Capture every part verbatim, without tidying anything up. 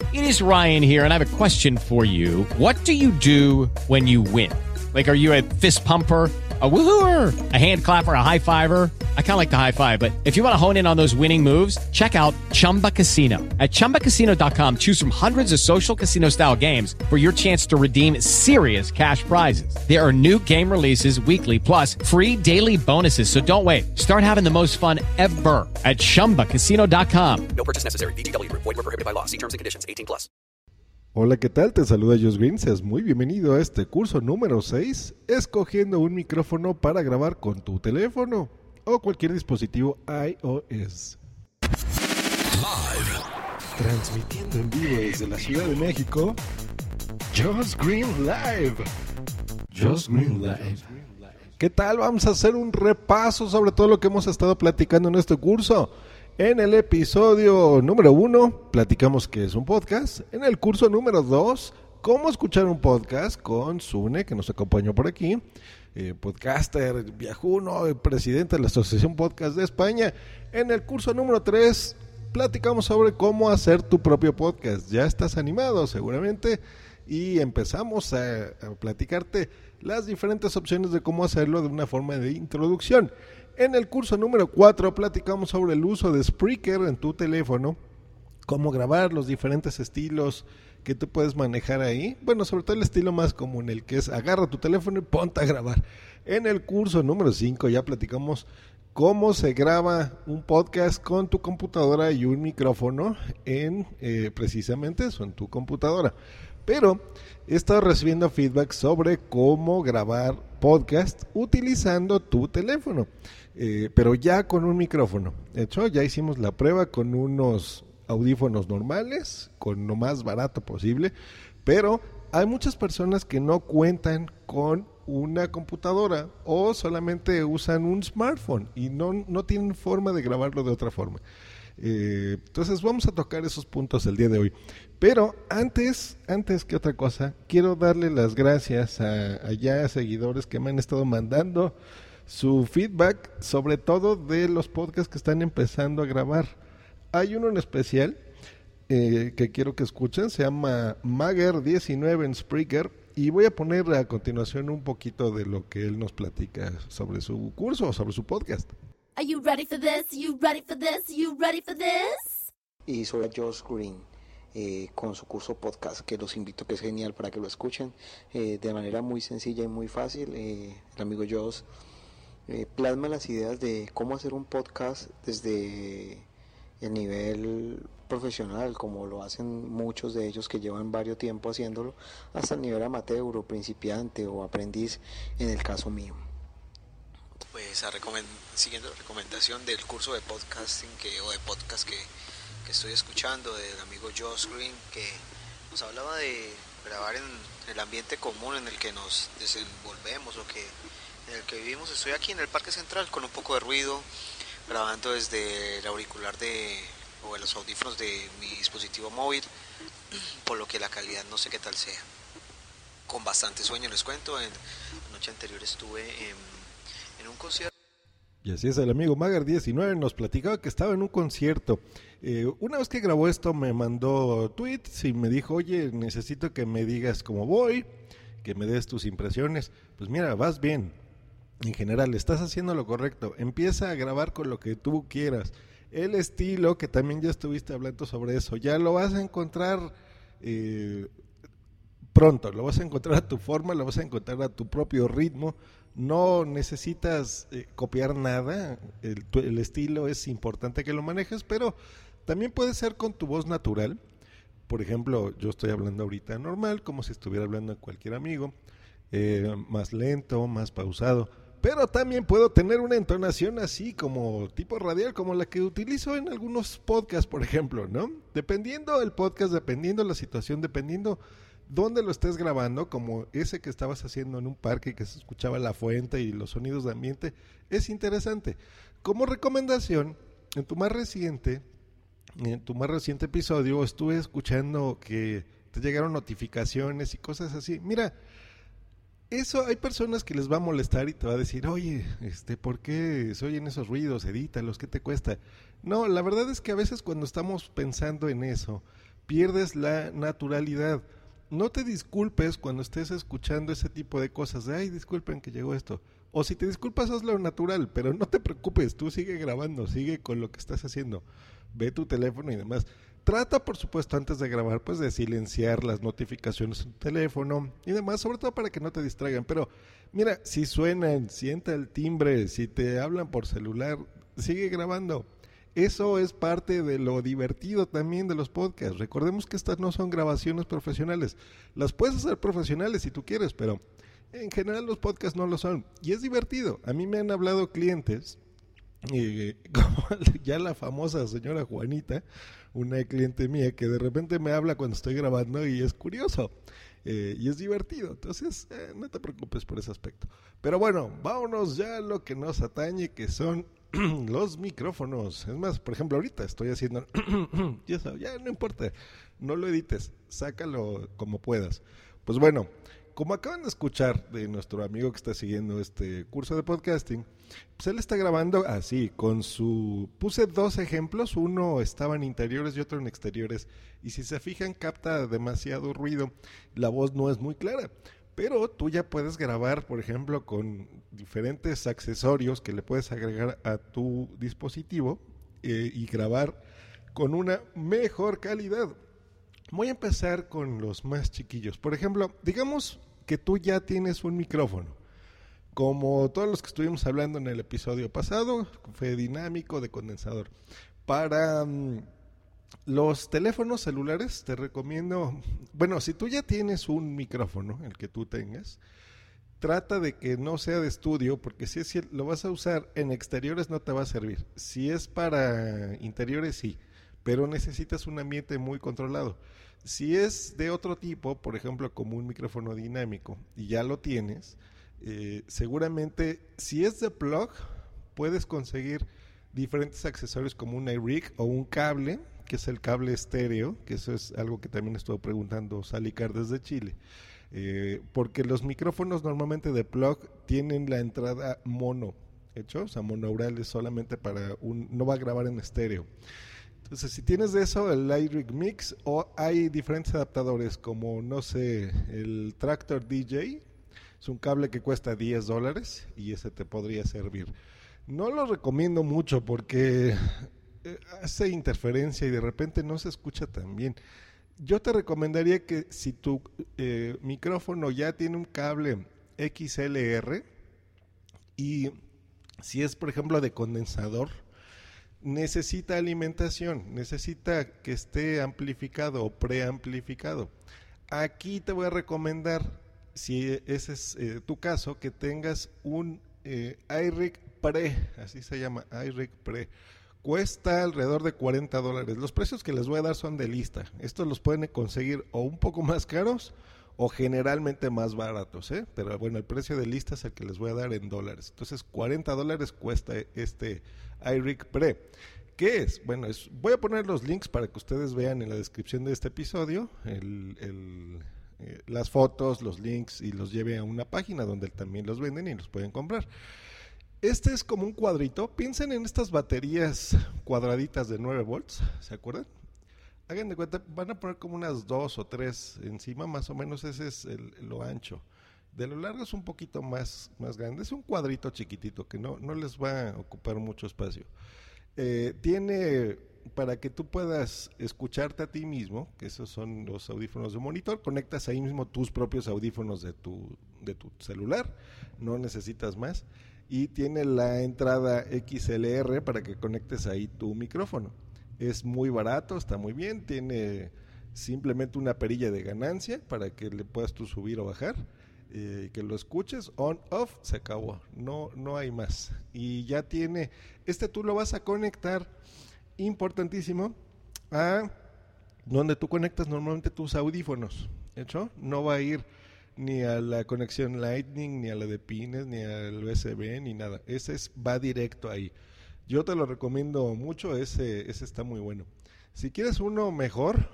It is Ryan here, and I have a question for you. What do you do when you win? Like, are you a fist pumper, a woohooer, a hand clapper, a high fiver? I kind of like the high five, but if you want to hone in on those winning moves, check out Chumba Casino. At chumba casino dot com, choose from hundreds of social casino-style games for your chance to redeem serious cash prizes. There are new game releases weekly, plus free daily bonuses. So don't wait. Start having the most fun ever at chumba casino dot com. No purchase necessary. V G W Group. Void where prohibited by law. See terms and conditions. eighteen plus. Hola, ¿qué tal? Te saluda Josh Green. Seas muy bienvenido a este curso número seis, escogiendo un micrófono para grabar con tu teléfono o cualquier dispositivo iOS. Live. Transmitiendo en vivo desde la Ciudad de México, Josh Green Live. Josh Green Live. ¿Qué tal? Vamos a hacer un repaso sobre todo lo que hemos estado platicando en este curso. En el episodio número uno, platicamos qué es un podcast. En el curso número dos, cómo escuchar un podcast con Sune, que nos acompañó por aquí. Eh, podcaster, viajuno, presidente de la Asociación Podcast de España. En el curso número tres, platicamos sobre cómo hacer tu propio podcast. Ya estás animado seguramente y empezamos a, a platicarte las diferentes opciones de cómo hacerlo de una forma de introducción. En el curso número cuatro platicamos sobre el uso de Spreaker en tu teléfono, cómo grabar los diferentes estilos que tú puedes manejar ahí. Bueno, sobre todo el estilo más común, el que es agarra tu teléfono y ponte a grabar. En el curso número cinco ya platicamos cómo se graba un podcast con tu computadora y un micrófono en eh, precisamente eso, en tu computadora. Pero he estado recibiendo feedback sobre cómo grabar podcast utilizando tu teléfono, eh, pero ya con un micrófono. De hecho, ya hicimos la prueba con unos audífonos normales, con lo más barato posible, pero hay muchas personas que no cuentan con una computadora o solamente usan un smartphone y no, no tienen forma de grabarlo de otra forma. Eh, entonces vamos a tocar esos puntos el día de hoy. Pero antes, antes que otra cosa, quiero darle las gracias a, a ya seguidores que me han estado mandando su feedback, sobre todo de los podcasts que están empezando a grabar. Hay uno en especial eh, que quiero que escuchen, se llama Mager diecinueve en Spreaker, y voy a poner a continuación un poquito de lo que él nos platica sobre su curso, sobre su podcast. Are you ready for this? You ready for this? You ready for this? Y soy Josh Green, eh, con su curso podcast, que los invito, que es genial para que lo escuchen eh, de manera muy sencilla y muy fácil. Eh, el amigo Josh eh, plasma las ideas de cómo hacer un podcast desde el nivel profesional, como lo hacen muchos de ellos que llevan varios tiempo haciéndolo, hasta el nivel amateur o principiante o aprendiz, en el caso mío. Pues a recomend- siguiendo la recomendación del curso de podcasting que, o de podcast que, que estoy escuchando del amigo Josh Green, que nos hablaba de grabar en el ambiente común en el que nos desenvolvemos o que en el que vivimos. Estoy aquí en el Parque Central con un poco de ruido, grabando desde el auricular de o de los audífonos de mi dispositivo móvil, por lo que la calidad no sé qué tal sea. Con bastante sueño, les cuento. En la noche anterior estuve en en un concierto. Y así es, el amigo Mager diecinueve nos platicaba que estaba en un concierto. Eh, una vez que grabó esto me mandó tweets y me dijo, oye, necesito que me digas cómo voy, que me des tus impresiones. Pues mira, vas bien. En general, estás haciendo lo correcto. Empieza a grabar con lo que tú quieras. El estilo, que también ya estuviste hablando sobre eso, ya lo vas a encontrar eh, pronto. Lo vas a encontrar a tu forma, lo vas a encontrar a tu propio ritmo. No necesitas eh, copiar nada, el, tu, el estilo es importante que lo manejes, pero también puede ser con tu voz natural. Por ejemplo, yo estoy hablando ahorita normal, como si estuviera hablando a cualquier amigo, eh, más lento, más pausado, pero también puedo tener una entonación así como tipo radial, como la que utilizo en algunos podcasts, por ejemplo, ¿no? Dependiendo del podcast, dependiendo la situación, dependiendo dónde lo estés grabando, como ese que estabas haciendo en un parque que se escuchaba la fuente y los sonidos de ambiente, es interesante. Como recomendación, en tu más reciente, en tu más reciente episodio estuve escuchando que te llegaron notificaciones y cosas así. Mira, eso hay personas que les va a molestar y te va a decir, oye, este, ¿por qué se oyen esos ruidos? Edítalos, ¿qué te cuesta? No, la verdad es que a veces cuando estamos pensando en eso, pierdes la naturalidad. No te disculpes cuando estés escuchando ese tipo de cosas, de, ay, disculpen que llegó esto. O si te disculpas, hazlo natural, pero no te preocupes, tú sigue grabando, sigue con lo que estás haciendo. Ve tu teléfono y demás. Trata, por supuesto, antes de grabar, pues de silenciar las notificaciones en tu teléfono y demás, sobre todo para que no te distraigan. Pero mira, si suenan, sienta el timbre, si te hablan por celular, sigue grabando. Eso es parte de lo divertido también de los podcasts. Recordemos que estas no son grabaciones profesionales. Las puedes hacer profesionales si tú quieres, pero en general los podcasts no lo son. Y es divertido. A mí me han hablado clientes, eh, como ya la famosa señora Juanita, una cliente mía que de repente me habla cuando estoy grabando y es curioso. Eh, y es divertido, entonces eh, no te preocupes por ese aspecto. Pero bueno, vámonos ya a lo que nos atañe, que son los micrófonos. Es más, por ejemplo, ahorita estoy haciendo ya, sabes, ya no importa, no lo edites, sácalo como puedas. Pues bueno, como acaban de escuchar de nuestro amigo que está siguiendo este curso de podcasting, pues él está grabando así, con su... Puse dos ejemplos, uno estaba en interiores y otro en exteriores, y si se fijan capta demasiado ruido, la voz no es muy clara. Pero tú ya puedes grabar, por ejemplo, con diferentes accesorios que le puedes agregar a tu dispositivo eh, y grabar con una mejor calidad. Voy a empezar con los más chiquillos. Por ejemplo, digamos que tú ya tienes un micrófono, como todos los que estuvimos hablando en el episodio pasado, fue dinámico, de condensador. Para um, los teléfonos celulares te recomiendo, bueno, si tú ya tienes un micrófono, el que tú tengas, trata de que no sea de estudio, porque si es, lo vas a usar en exteriores no te va a servir. Si es para interiores, sí, pero necesitas un ambiente muy controlado. Si es de otro tipo, por ejemplo, como un micrófono dinámico, y ya lo tienes, eh, seguramente, si es de plug, puedes conseguir diferentes accesorios como un iRig o un cable, que es el cable estéreo, que eso es algo que también estuvo preguntando Salicar desde Chile. Eh, porque los micrófonos normalmente de plug tienen la entrada mono, hecho, o sea, monaural es solamente para un, no va a grabar en estéreo. Entonces, si tienes de eso, el iRig Mix, o hay diferentes adaptadores, como, no sé, el Tractor D J, es un cable que cuesta diez dólares y ese te podría servir. No lo recomiendo mucho porque hace interferencia y de repente no se escucha tan bien. Yo te recomendaría que si tu eh, micrófono ya tiene un cable X L R y si es, por ejemplo, de condensador, necesita alimentación, necesita que esté amplificado o preamplificado. Aquí te voy a recomendar, si ese es eh, tu caso, que tengas un eh, iRig Pre, así se llama, iRig Pre. Cuesta alrededor de cuarenta dólares. Los precios que les voy a dar son de lista. Estos los pueden conseguir o un poco más caros o generalmente más baratos, ¿eh? Pero bueno, el precio de lista es el que les voy a dar en dólares. Entonces, cuarenta dólares cuesta este iRig Pre. ¿Qué es? Bueno, es, voy a poner los links para que ustedes vean en la descripción de este episodio el, el, eh, las fotos, los links, y los lleve a una página donde también los venden y los pueden comprar. Este es como un cuadrito. Piensen en estas baterías cuadraditas de nueve volts, ¿se acuerdan? Hagan de cuenta, van a poner como unas dos o tres encima, más o menos ese es el, lo ancho. De lo largo es un poquito más, más grande, es un cuadrito chiquitito que no, no les va a ocupar mucho espacio. Eh, tiene, para que tú puedas escucharte a ti mismo, que esos son los audífonos de monitor, conectas ahí mismo tus propios audífonos de tu, de tu celular, no necesitas más. Y tiene la entrada X L R para que conectes ahí tu micrófono. Es muy barato, está muy bien, tiene simplemente una perilla de ganancia para que le puedas tú subir o bajar, eh, que lo escuches, on, off, se acabó, no, no hay más. Y ya tiene, este tú lo vas a conectar, importantísimo, a donde tú conectas normalmente tus audífonos, ¿hecho? No va a ir ni a la conexión Lightning, ni a la de pines, ni al U S B, ni nada. Ese es, va directo ahí. Yo te lo recomiendo mucho, ese, ese está muy bueno. Si quieres uno mejor,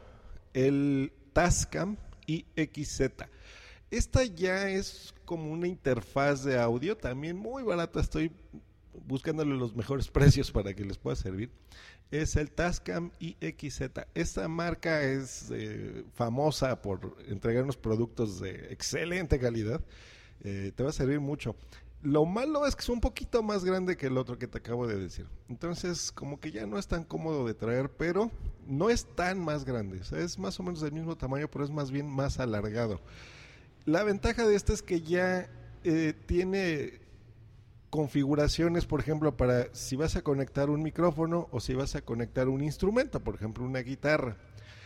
el Tascam I X Z. Esta ya es como una interfaz de audio, también muy barata, estoy buscándole los mejores precios para que les pueda servir. es el Tascam I X Z. Esta marca es eh, famosa por entregarnos productos de excelente calidad. Eh, te va a servir mucho. Lo malo es que es un poquito más grande que el otro que te acabo de decir. Entonces, como que ya no es tan cómodo de traer, pero no es tan más grande. O sea, es más o menos del mismo tamaño, pero es más bien más alargado. La ventaja de este es que ya eh, tiene configuraciones, por ejemplo, para si vas a conectar un micrófono o si vas a conectar un instrumento, por ejemplo, una guitarra.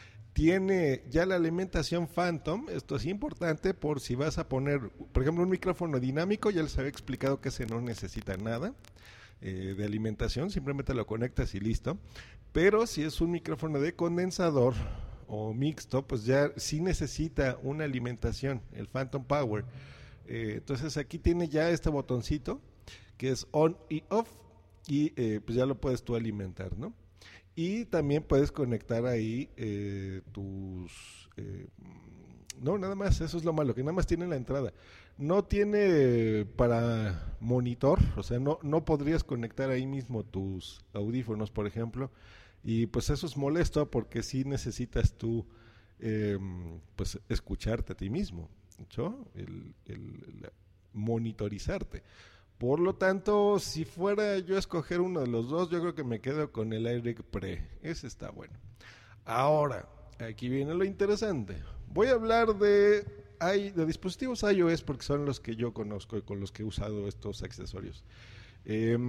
Tiene ya la alimentación Phantom, esto es importante por si vas a poner, por ejemplo, un micrófono dinámico, ya les había explicado que ese no necesita nada eh, de alimentación, simplemente lo conectas y listo. Pero si es un micrófono de condensador o mixto, pues ya sí necesita una alimentación, el Phantom Power. Eh, entonces aquí tiene ya este botoncito que es on y off y eh, pues ya lo puedes tú alimentar, ¿no? Y también puedes conectar ahí eh, tus... Eh, no, nada más, eso es lo malo, que nada más tiene la entrada. No tiene para monitor, o sea, no, no podrías conectar ahí mismo tus audífonos, por ejemplo. Y pues eso es molesto porque sí necesitas tú eh, pues escucharte a ti mismo, ¿no? el, el, el monitorizarte. Por lo tanto, si fuera yo a escoger uno de los dos, yo creo que me quedo con el iRig Pre. Ese está bueno. Ahora, aquí viene lo interesante. Voy a hablar de, de dispositivos iOS porque son los que yo conozco y con los que he usado estos accesorios. Eh,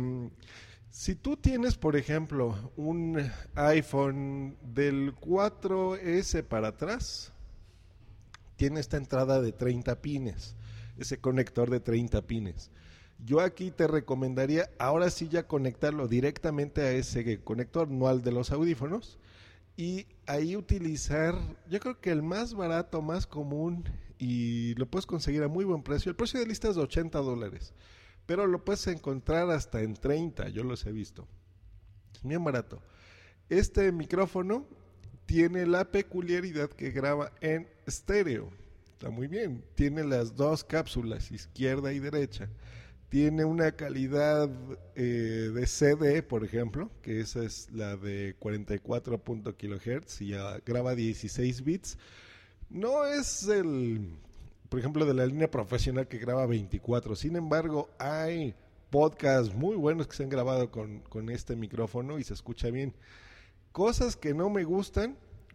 si tú tienes, por ejemplo, un iPhone del cuatro ese para atrás, tiene esta entrada de treinta pines, ese conector de treinta pines. Yo aquí te recomendaría ahora sí ya conectarlo directamente a ese conector, no al de los audífonos, y ahí utilizar, yo creo que el más barato, más común, y lo puedes conseguir a muy buen precio. El precio de lista es de ochenta dólares, pero lo puedes encontrar hasta en treinta, yo los he visto. Es bien barato. Este micrófono tiene la peculiaridad que graba en estéreo. Está muy bien. Tiene las dos cápsulas, izquierda y derecha. Tiene una calidad eh, de C D, por ejemplo, que esa es la de cuarenta y cuatro kilohertz y uh, graba dieciséis bits. No es el, por ejemplo, de la línea profesional que graba veinticuatro. Sin embargo, hay podcasts muy buenos que se han grabado con, con este micrófono y se escucha bien. Cosas que no me gustan,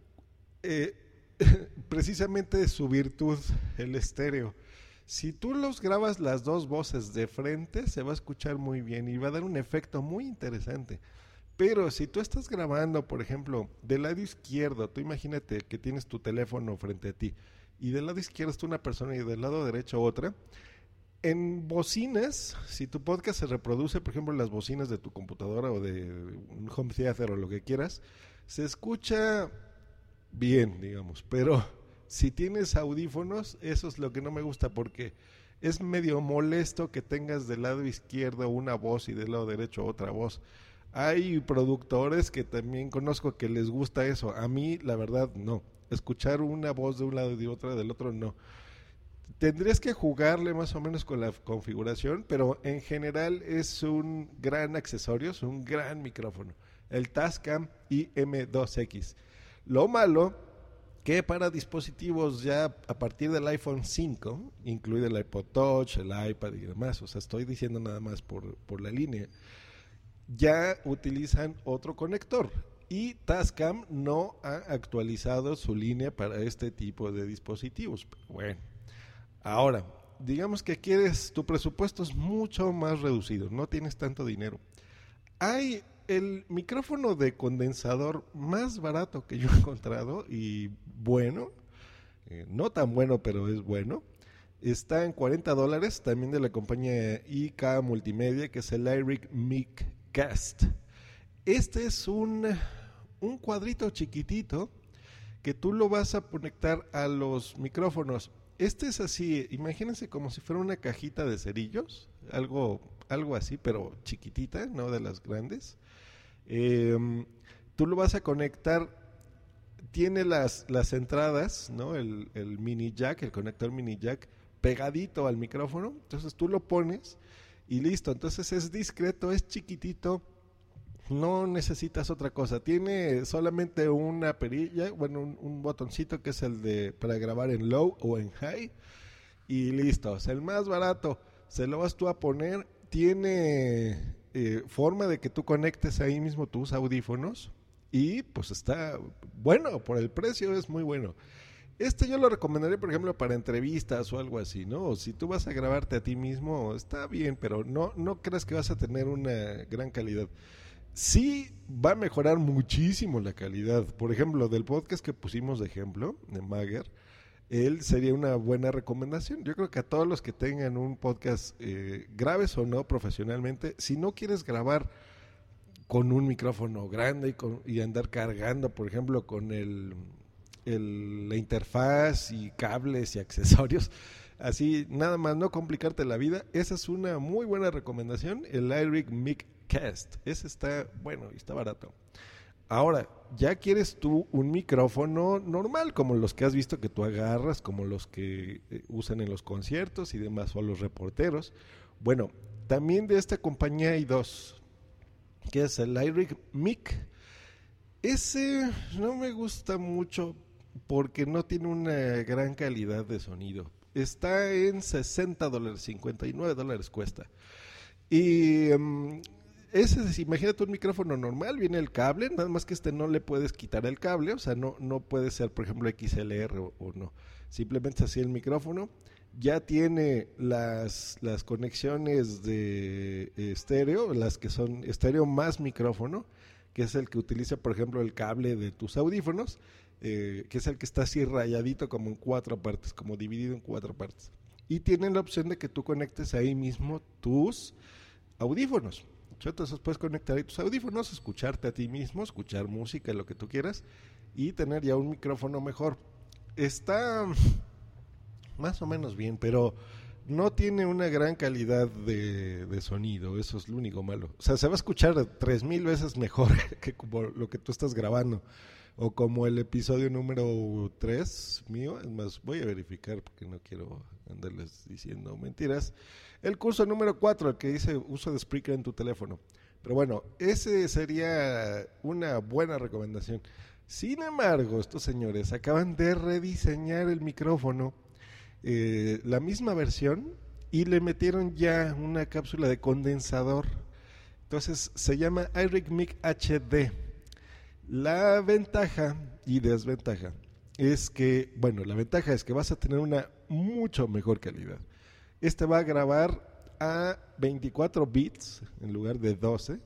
eh, precisamente su virtud, el estéreo. Si tú los grabas las dos voces de frente, se va a escuchar muy bien y va a dar un efecto muy interesante. Pero si tú estás grabando, por ejemplo, del lado izquierdo, tú imagínate que tienes tu teléfono frente a ti y del lado izquierdo está una persona y del lado derecho otra. En bocinas, si tu podcast se reproduce, por ejemplo, en las bocinas de tu computadora o de un home theater o lo que quieras, se escucha bien, digamos, pero si tienes audífonos, eso es lo que no me gusta porque es medio molesto que tengas del lado izquierdo una voz y del lado derecho otra voz. Hay productores que también conozco que les gusta eso. A mí, la verdad, no. Escuchar una voz de un lado y de otra del otro, no. Tendrías que jugarle más o menos con la configuración, pero en general es un gran accesorio, es un gran micrófono. El Tascam I M dos X. Lo malo que para dispositivos ya a partir del iPhone cinco, incluido el iPod Touch, el iPad y demás, o sea, estoy diciendo nada más por, por la línea, ya utilizan otro conector y Tascam no ha actualizado su línea para este tipo de dispositivos. Bueno, ahora, digamos que quieres, tu presupuesto es mucho más reducido, no tienes tanto dinero. Hay el micrófono de condensador más barato que yo he encontrado y bueno, eh, no tan bueno, pero es bueno. Está en cuarenta dólares, también de la compañía I K Multimedia, que es el iRig Miccast. Este es un, un cuadrito chiquitito que tú lo vas a conectar a los micrófonos. Este es así, imagínense como si fuera una cajita de cerillos, algo, algo así, pero chiquitita, no de las grandes. Eh, tú lo vas a conectar, tiene las, las entradas, ¿no? El, el mini jack, el conector mini jack pegadito al micrófono, entonces tú lo pones y listo. Entonces es discreto, es chiquitito, No necesitas otra cosa. Tiene solamente una perilla, bueno, un, un botoncito que es el de para grabar en low o en high. Y listo. O sea, el más barato. Se lo vas tú a poner. Tiene eh, forma de que tú conectes ahí mismo tus audífonos. Y pues está bueno, por el precio es muy bueno. Este yo lo recomendaría, por ejemplo, para entrevistas o algo así, ¿no? O si tú vas a grabarte a ti mismo, está bien, pero no, no creas que vas a tener una gran calidad. Sí va a mejorar muchísimo la calidad. Por ejemplo, del podcast que pusimos de ejemplo, de Mager, él sería una buena recomendación. Yo creo que a todos los que tengan un podcast, eh, graves o no profesionalmente, si no quieres grabar con un micrófono grande y, con, y andar cargando, por ejemplo, con el, el, la interfaz y cables y accesorios, así nada más no complicarte la vida, esa es una muy buena recomendación, el iRig Mic Cast. Ese está bueno y está barato. Ahora, ya quieres tú un micrófono normal, como los que has visto que tú agarras, como los que eh, usan en los conciertos y demás, o los reporteros. Bueno, también de esta compañía hay dos, que es el iRig Mic. Ese no me gusta mucho porque no tiene una gran calidad de sonido. Está en sesenta dólares, cincuenta y nueve dólares cuesta. Y um, ese, imagínate un micrófono normal, viene el cable, nada más que este no le puedes quitar el cable, o sea, no, no puede ser, por ejemplo, X L R o, o no. Simplemente así el micrófono. Ya tiene las, las conexiones de estéreo, las que son estéreo más micrófono, que es el que utiliza, por ejemplo, el cable de tus audífonos, eh, que es el que está así rayadito como en cuatro partes, como dividido en cuatro partes. Y tienen la opción de que tú conectes ahí mismo tus audífonos. Entonces puedes conectar ahí tus audífonos, escucharte a ti mismo, escuchar música, lo que tú quieras, y tener ya un micrófono mejor. Está más o menos bien, pero no tiene una gran calidad de, de sonido, eso es lo único malo. O sea, se va a escuchar tres mil veces mejor que como lo que tú estás grabando, o como el episodio número tres mío. Es más, voy a verificar porque no quiero andarles diciendo mentiras. El curso número cuatro, el que dice uso de Spreaker en tu teléfono. Pero bueno, ese sería una buena recomendación. Sin embargo, estos señores acaban de rediseñar el micrófono, eh, la misma versión, y le metieron ya una cápsula de condensador. Entonces se llama iRig Mic H D. La ventaja y desventaja es que, bueno, la ventaja es que vas a tener una mucho mejor calidad. Este va a grabar a veinticuatro bits en lugar de doce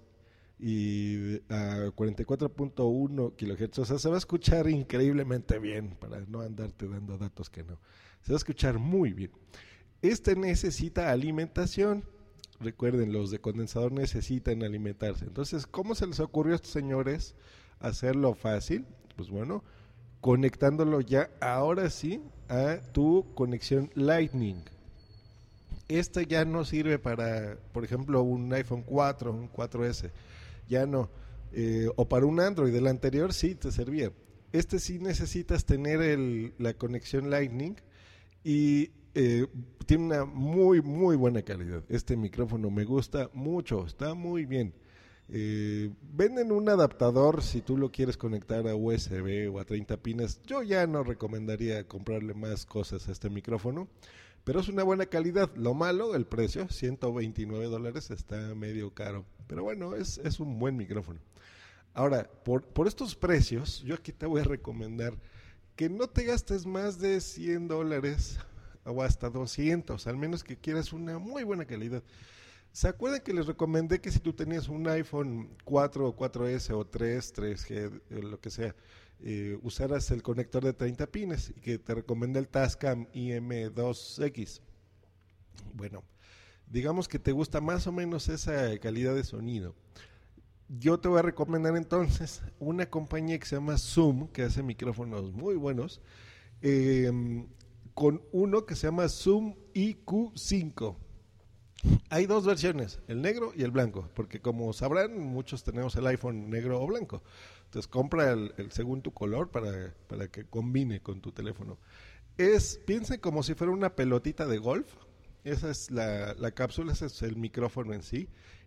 y a cuarenta y cuatro punto uno kilohertz. O sea, se va a escuchar increíblemente bien, para no andarte dando datos que no. Se va a escuchar muy bien. Este necesita alimentación. Recuerden, los de condensador necesitan alimentarse. Entonces, ¿cómo se les ocurrió a estos señores hacerlo fácil? Pues bueno, conectándolo ya ahora sí a tu conexión Lightning. Este ya no sirve para, por ejemplo, un iPhone cuatro, un cuatro ese, ya no, eh, o para un Android. El anterior sí te servía. Este sí necesitas tener el, la conexión Lightning, y eh, tiene una muy muy buena calidad. Este micrófono me gusta mucho, está muy bien. Eh, venden un adaptador si tú lo quieres conectar a U S B o a treinta pines. Yo ya no recomendaría comprarle más cosas a este micrófono, pero es una buena calidad. Lo malo, el precio, ciento veintinueve dólares, está medio caro, pero bueno, es, es un buen micrófono. Ahora, por, por estos precios, yo aquí te voy a recomendar que no te gastes más de cien dólares o hasta doscientos, al menos que quieras una muy buena calidad. ¿Se acuerdan que les recomendé que si tú tenías un iPhone cuatro o cuatro ese o tres, tres G, lo que sea, eh, usaras el conector de treinta pines, y que te recomendé el Tascam I M dos X? Bueno, digamos que te gusta más o menos esa calidad de sonido. Yo te voy a recomendar entonces una compañía que se llama Zoom, que hace micrófonos muy buenos, eh, con uno que se llama Zoom I Q cinco. Hay dos versiones, el negro y el blanco, porque como sabrán, muchos tenemos el iPhone negro o blanco. Entonces compra el, el según tu color para, para que combine con tu teléfono. Es, piensen como si fuera una pelotita de golf. Esa es la, la cápsula, ese es el micrófono en sí.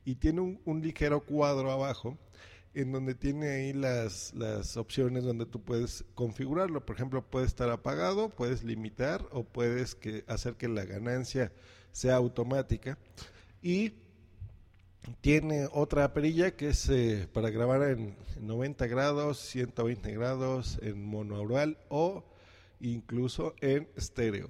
y tiene un, un ligero cuadro abajo en donde tiene ahí las, las opciones donde tú puedes configurarlo. Por ejemplo, puede estar apagado, puedes limitar o puedes que hacer que la ganancia sea automática. Y tiene otra perilla que es eh, para grabar en noventa grados, ciento veinte grados, en monoaural o incluso en estéreo.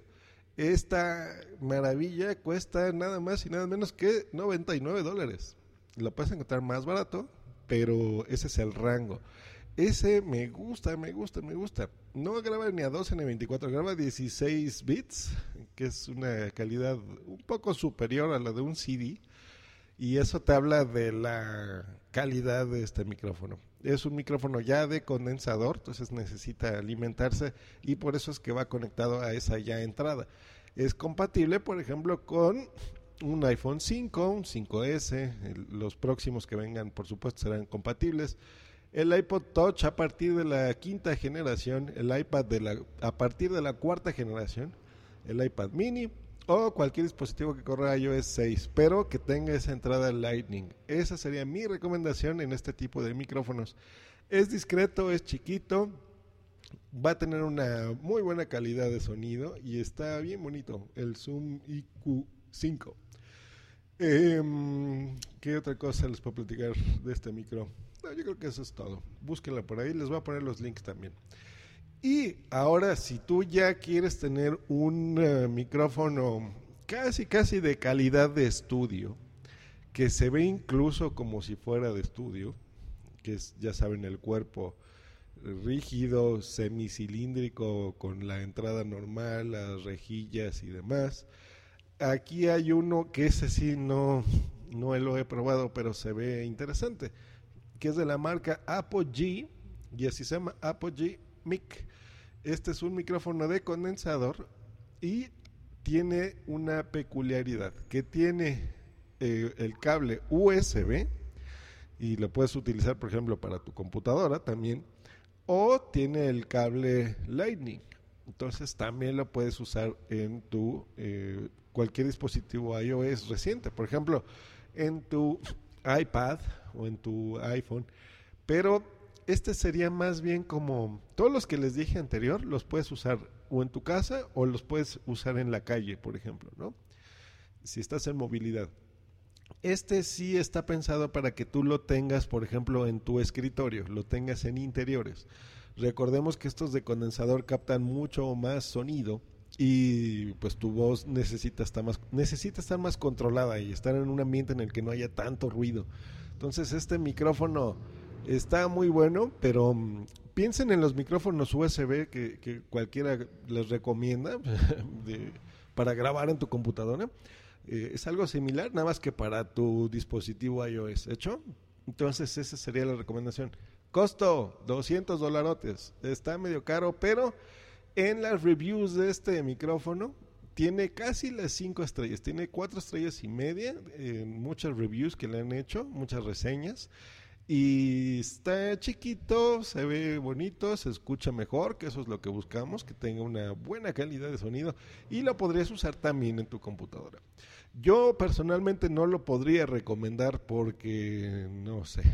Esta maravilla cuesta nada más y nada menos que noventa y nueve dólares. Lo puedes encontrar más barato, pero ese es el rango. Ese me gusta, me gusta, me gusta. No graba ni a doce ni a veinticuatro, graba dieciséis bits, que es una calidad un poco superior a la de un C D. Y eso te habla de la calidad de este micrófono. Es un micrófono ya de condensador, entonces necesita alimentarse y por eso es que va conectado a esa ya entrada. Es compatible, por ejemplo, con un iPhone cinco, un cinco ese, el, los próximos que vengan, por supuesto, serán compatibles. El iPod Touch a partir de la quinta generación, el iPad de la, a partir de la cuarta generación, el iPad mini o cualquier dispositivo que corra iOS seis, pero que tenga esa entrada Lightning. Esa sería mi recomendación en este tipo de micrófonos. Es discreto, es chiquito, va a tener una muy buena calidad de sonido y está bien bonito, el Zoom I Q cinco. Eh, ¿Qué otra cosa les puedo platicar de este micro? No, yo creo que eso es todo. Búsquenla por ahí, les voy a poner los links también. Y ahora, si tú ya quieres tener un uh, micrófono casi, casi de calidad de estudio, que se ve incluso como si fuera de estudio, que es, ya saben, el cuerpo rígido, semicilíndrico, con la entrada normal, las rejillas y demás. Aquí hay uno que ese sí no, no lo he probado, pero se ve interesante, que es de la marca Apogee, y así se llama Apogee Mic. Este es un micrófono de condensador y tiene una peculiaridad, que tiene eh, el cable U S B y lo puedes utilizar, por ejemplo, para tu computadora también, o tiene el cable Lightning. Entonces también lo puedes usar en tu eh, cualquier dispositivo iOS reciente, por ejemplo, en tu iPad o en tu iPhone, pero este sería más bien como todos los que les dije anterior, los puedes usar o en tu casa o los puedes usar en la calle, por ejemplo, ¿no? Si estás en movilidad. Este sí está pensado para que tú lo tengas, por ejemplo, en tu escritorio, lo tengas en interiores. Recordemos que estos de condensador captan mucho más sonido y pues tu voz necesita estar más, necesita estar más controlada y estar en un ambiente en el que no haya tanto ruido. Entonces este micrófono está muy bueno, pero um, piensen en los micrófonos U S B que, que cualquiera les recomienda de, para grabar en tu computadora. Eh, es algo similar, nada más que para tu dispositivo iOS, ¿hecho? Entonces esa sería la recomendación. Costo, doscientos dolarotes. Está medio caro, pero en las reviews de este micrófono tiene casi las cinco estrellas. Tiene cuatro estrellas y media en muchas reviews que le han hecho, muchas reseñas. Y está chiquito, se ve bonito, se escucha mejor, que eso es lo que buscamos, que tenga una buena calidad de sonido y lo podrías usar también en tu computadora. Yo personalmente no lo podría recomendar porque no sé,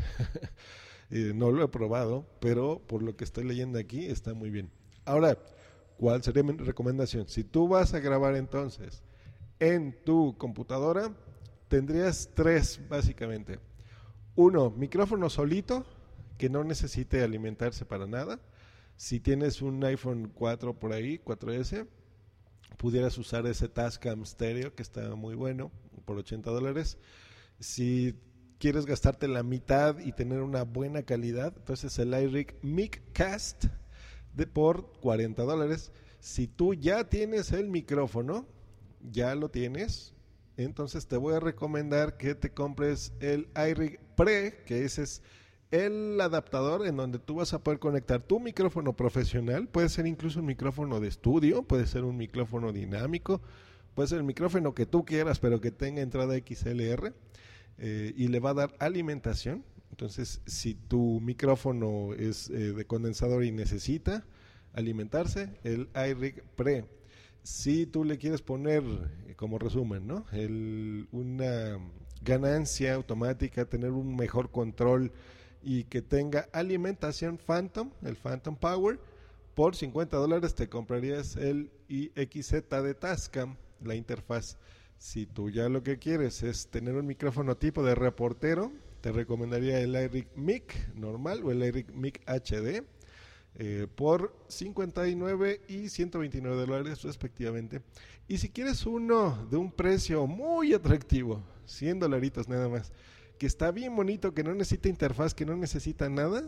eh, no lo he probado, pero por lo que estoy leyendo aquí está muy bien. Ahora, ¿cuál sería mi recomendación? Si tú vas a grabar entonces en tu computadora, tendrías tres básicamente. Uno, micrófono solito, que no necesite alimentarse para nada. Si tienes un iPhone cuatro por ahí, cuatro ese, pudieras usar ese Tascam Stereo, que está muy bueno, por ochenta dólares. Si quieres gastarte la mitad y tener una buena calidad, entonces el iRig Miccast de por cuarenta dólares. Si tú ya tienes el micrófono, ya lo tienes, entonces te voy a recomendar que te compres el iRig Pre, que ese es el adaptador en donde tú vas a poder conectar tu micrófono profesional. Puede ser incluso un micrófono de estudio, puede ser un micrófono dinámico, puede ser el micrófono que tú quieras, pero que tenga entrada X L R, eh, y le va a dar alimentación. Entonces, si tu micrófono es eh, de condensador y necesita alimentarse, el iRig Pre. Si tú le quieres poner, como resumen, ¿no? El, una ganancia automática, tener un mejor control y que tenga alimentación Phantom, el Phantom Power. Por cincuenta dólares te comprarías el I X Z de Tascam, la interfaz. Si tú ya lo que quieres es tener un micrófono tipo de reportero, te recomendaría el iRig Mic normal o el iRig Mic H D eh, por cincuenta y nueve y ciento veintinueve dólares respectivamente. Y si quieres uno de un precio muy atractivo, cien dolaritos nada más, que está bien bonito, que no necesita interfaz, que no necesita nada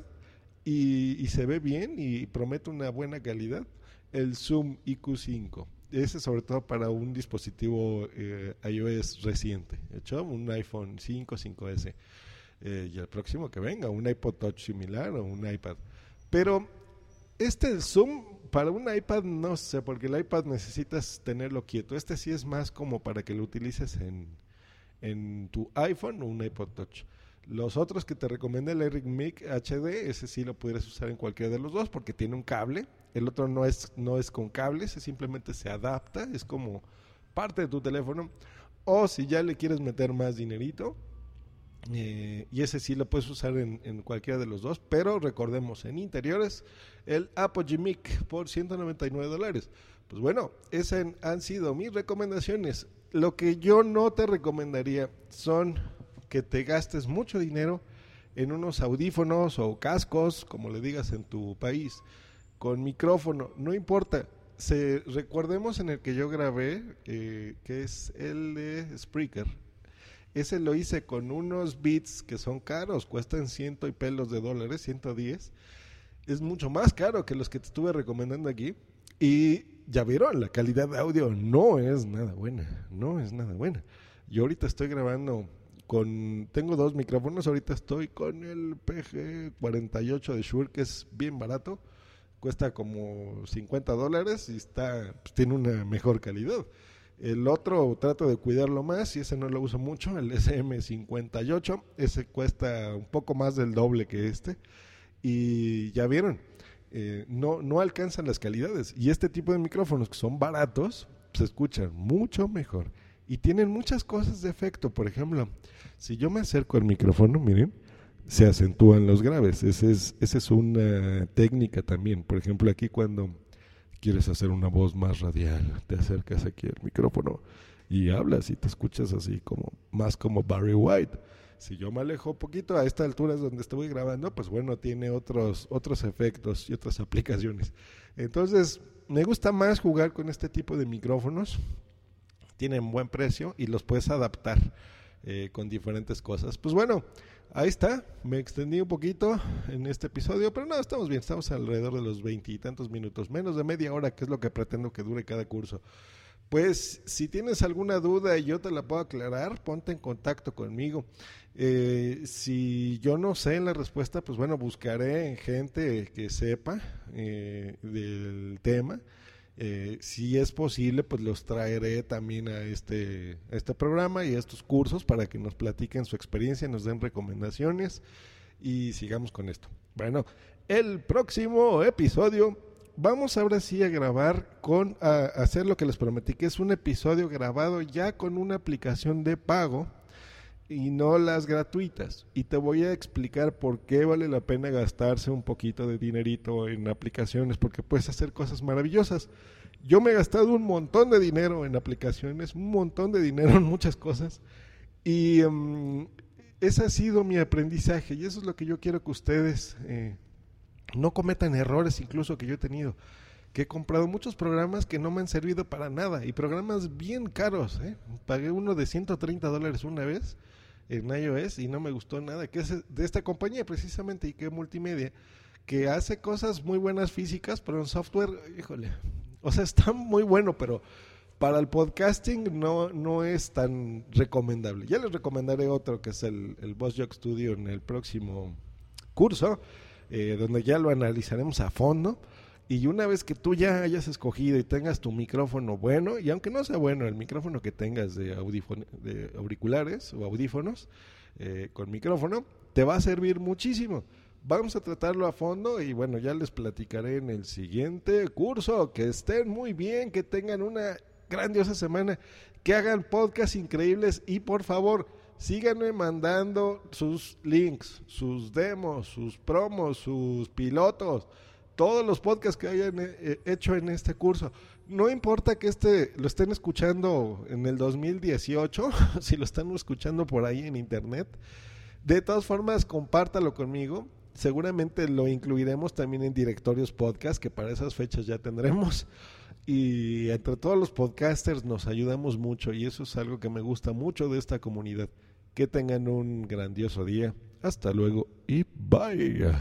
y, y se ve bien y promete una buena calidad, el Zoom I Q cinco. Ese sobre todo para un dispositivo eh, iOS reciente, ¿hecho? Un iPhone cinco, cinco ese. Eh, y el próximo que venga, un iPod Touch similar o un iPad. Pero este Zoom para un iPad no sé, porque el iPad necesitas tenerlo quieto. Este sí es más como para que lo utilices en, en tu iPhone o un iPod Touch. Los otros que te recomendé, el iRig Mic H D, ese sí lo pudieras usar en cualquiera de los dos porque tiene un cable. El otro no es, no es con cables, simplemente se adapta, es como parte de tu teléfono. O si ya le quieres meter más dinerito, eh, y ese sí lo puedes usar en, en cualquiera de los dos, pero recordemos, en interiores, el Apogee Mic por ciento noventa y nueve dólares. Pues bueno, esas han sido mis recomendaciones. Lo que yo no te recomendaría son que te gastes mucho dinero en unos audífonos o cascos, como le digas en tu país, con micrófono, no importa. Se, recordemos en el que yo grabé, eh, que es el de Spreaker. Ese lo hice con unos Beats que son caros, cuestan ciento y pelos de dólares, ciento diez. Es mucho más caro que los que te estuve recomendando aquí. Y ya vieron, la calidad de audio no es nada buena, no es nada buena. Yo ahorita estoy grabando con, tengo dos micrófonos, ahorita estoy con el P G cuarenta y ocho de Shure, que es bien barato. Cuesta como cincuenta dólares y está, pues, tiene una mejor calidad. El otro trato de cuidarlo más y ese no lo uso mucho, el S M cincuenta y ocho, ese cuesta un poco más del doble que este. Y ya vieron, eh, no, no alcanzan las calidades. Y este tipo de micrófonos que son baratos, se escuchan mucho mejor. Y tienen muchas cosas de efecto. Por ejemplo, si yo me acerco al micrófono, miren, se acentúan los graves. Ese es, esa es una técnica también. Por ejemplo, aquí cuando quieres hacer una voz más radial, te acercas aquí al micrófono y hablas y te escuchas así como más como Barry White. Si yo me alejo un poquito a esta altura es donde estoy grabando, pues bueno, tiene otros otros efectos y otras aplicaciones. Entonces, me gusta más jugar con este tipo de micrófonos. Tienen buen precio y los puedes adaptar eh, con diferentes cosas. Pues bueno, ahí está, me extendí un poquito en este episodio, pero no, estamos bien, estamos alrededor de los veintitantos minutos, menos de media hora, que es lo que pretendo que dure cada curso. Pues si tienes alguna duda y yo te la puedo aclarar, ponte en contacto conmigo. Eh, si yo no sé la respuesta, pues bueno, buscaré en gente que sepa eh, del tema. Eh, si es posible, pues los traeré también a este, a este programa y a estos cursos para que nos platiquen su experiencia, nos den recomendaciones y sigamos con esto. Bueno, el próximo episodio vamos ahora sí a grabar con, a, a hacer lo que les prometí, que es un episodio grabado ya con una aplicación de pago y no las gratuitas. Y te voy a explicar por qué vale la pena gastarse un poquito de dinerito en aplicaciones, porque puedes hacer cosas maravillosas. Yo me he gastado un montón de dinero en aplicaciones, un montón de dinero en muchas cosas, y um, ese ha sido mi aprendizaje, y eso es lo que yo quiero que ustedes eh, no cometan errores incluso que yo he tenido, que he comprado muchos programas que no me han servido para nada, y programas bien caros, ¿eh? Pagué uno de ciento treinta dólares una vez en iOS y no me gustó nada, que es de esta compañía precisamente, I K Multimedia, que hace cosas muy buenas físicas, pero en software, híjole, o sea, está muy bueno, pero para el podcasting no, no es tan recomendable. Ya les recomendaré otro, que es el, el BossJock Studio, en el próximo curso, eh, donde ya lo analizaremos a fondo. Y una vez que tú ya hayas escogido y tengas tu micrófono bueno, y aunque no sea bueno el micrófono que tengas de, audífono, de auriculares o audífonos eh, con micrófono, te va a servir muchísimo. Vamos a tratarlo a fondo y bueno, ya les platicaré en el siguiente curso. Que estén muy bien, que tengan una grandiosa semana, que hagan podcasts increíbles y por favor, síganme mandando sus links, sus demos, sus promos, sus pilotos, todos los podcasts que hayan eh, hecho en este curso. No importa que este lo estén escuchando en el dos mil dieciocho, si lo están escuchando por ahí en internet, de todas formas compártalo conmigo. Seguramente lo incluiremos también en directorios podcast, que para esas fechas ya tendremos. Y entre todos los podcasters nos ayudamos mucho, y eso es algo que me gusta mucho de esta comunidad. Que tengan un grandioso día. Hasta luego y bye.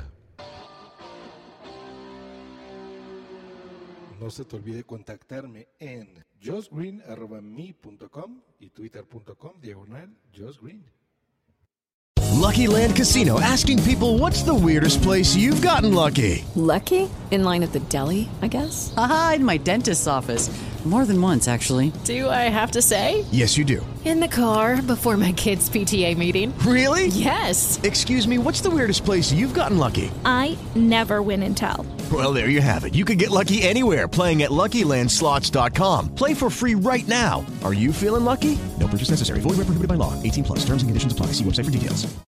No se te olvide contactarme en joshgreen arroba me punto com y twitter punto com diagonal joshgreen. Lucky Land Casino, asking people, what's the weirdest place you've gotten lucky? Lucky? In line at the deli, I guess? Aha, in my dentist's office. More than once, actually. Do I have to say? Yes, you do. In the car before my kids' P T A meeting. Really? Yes. Excuse me, what's the weirdest place you've gotten lucky? I never win and tell. Well, there you have it. You can get lucky anywhere, playing at lucky land slots dot com. Play for free right now. Are you feeling lucky? No purchase necessary. Void where prohibited by law. eighteen plus. Terms and conditions apply. See website for details.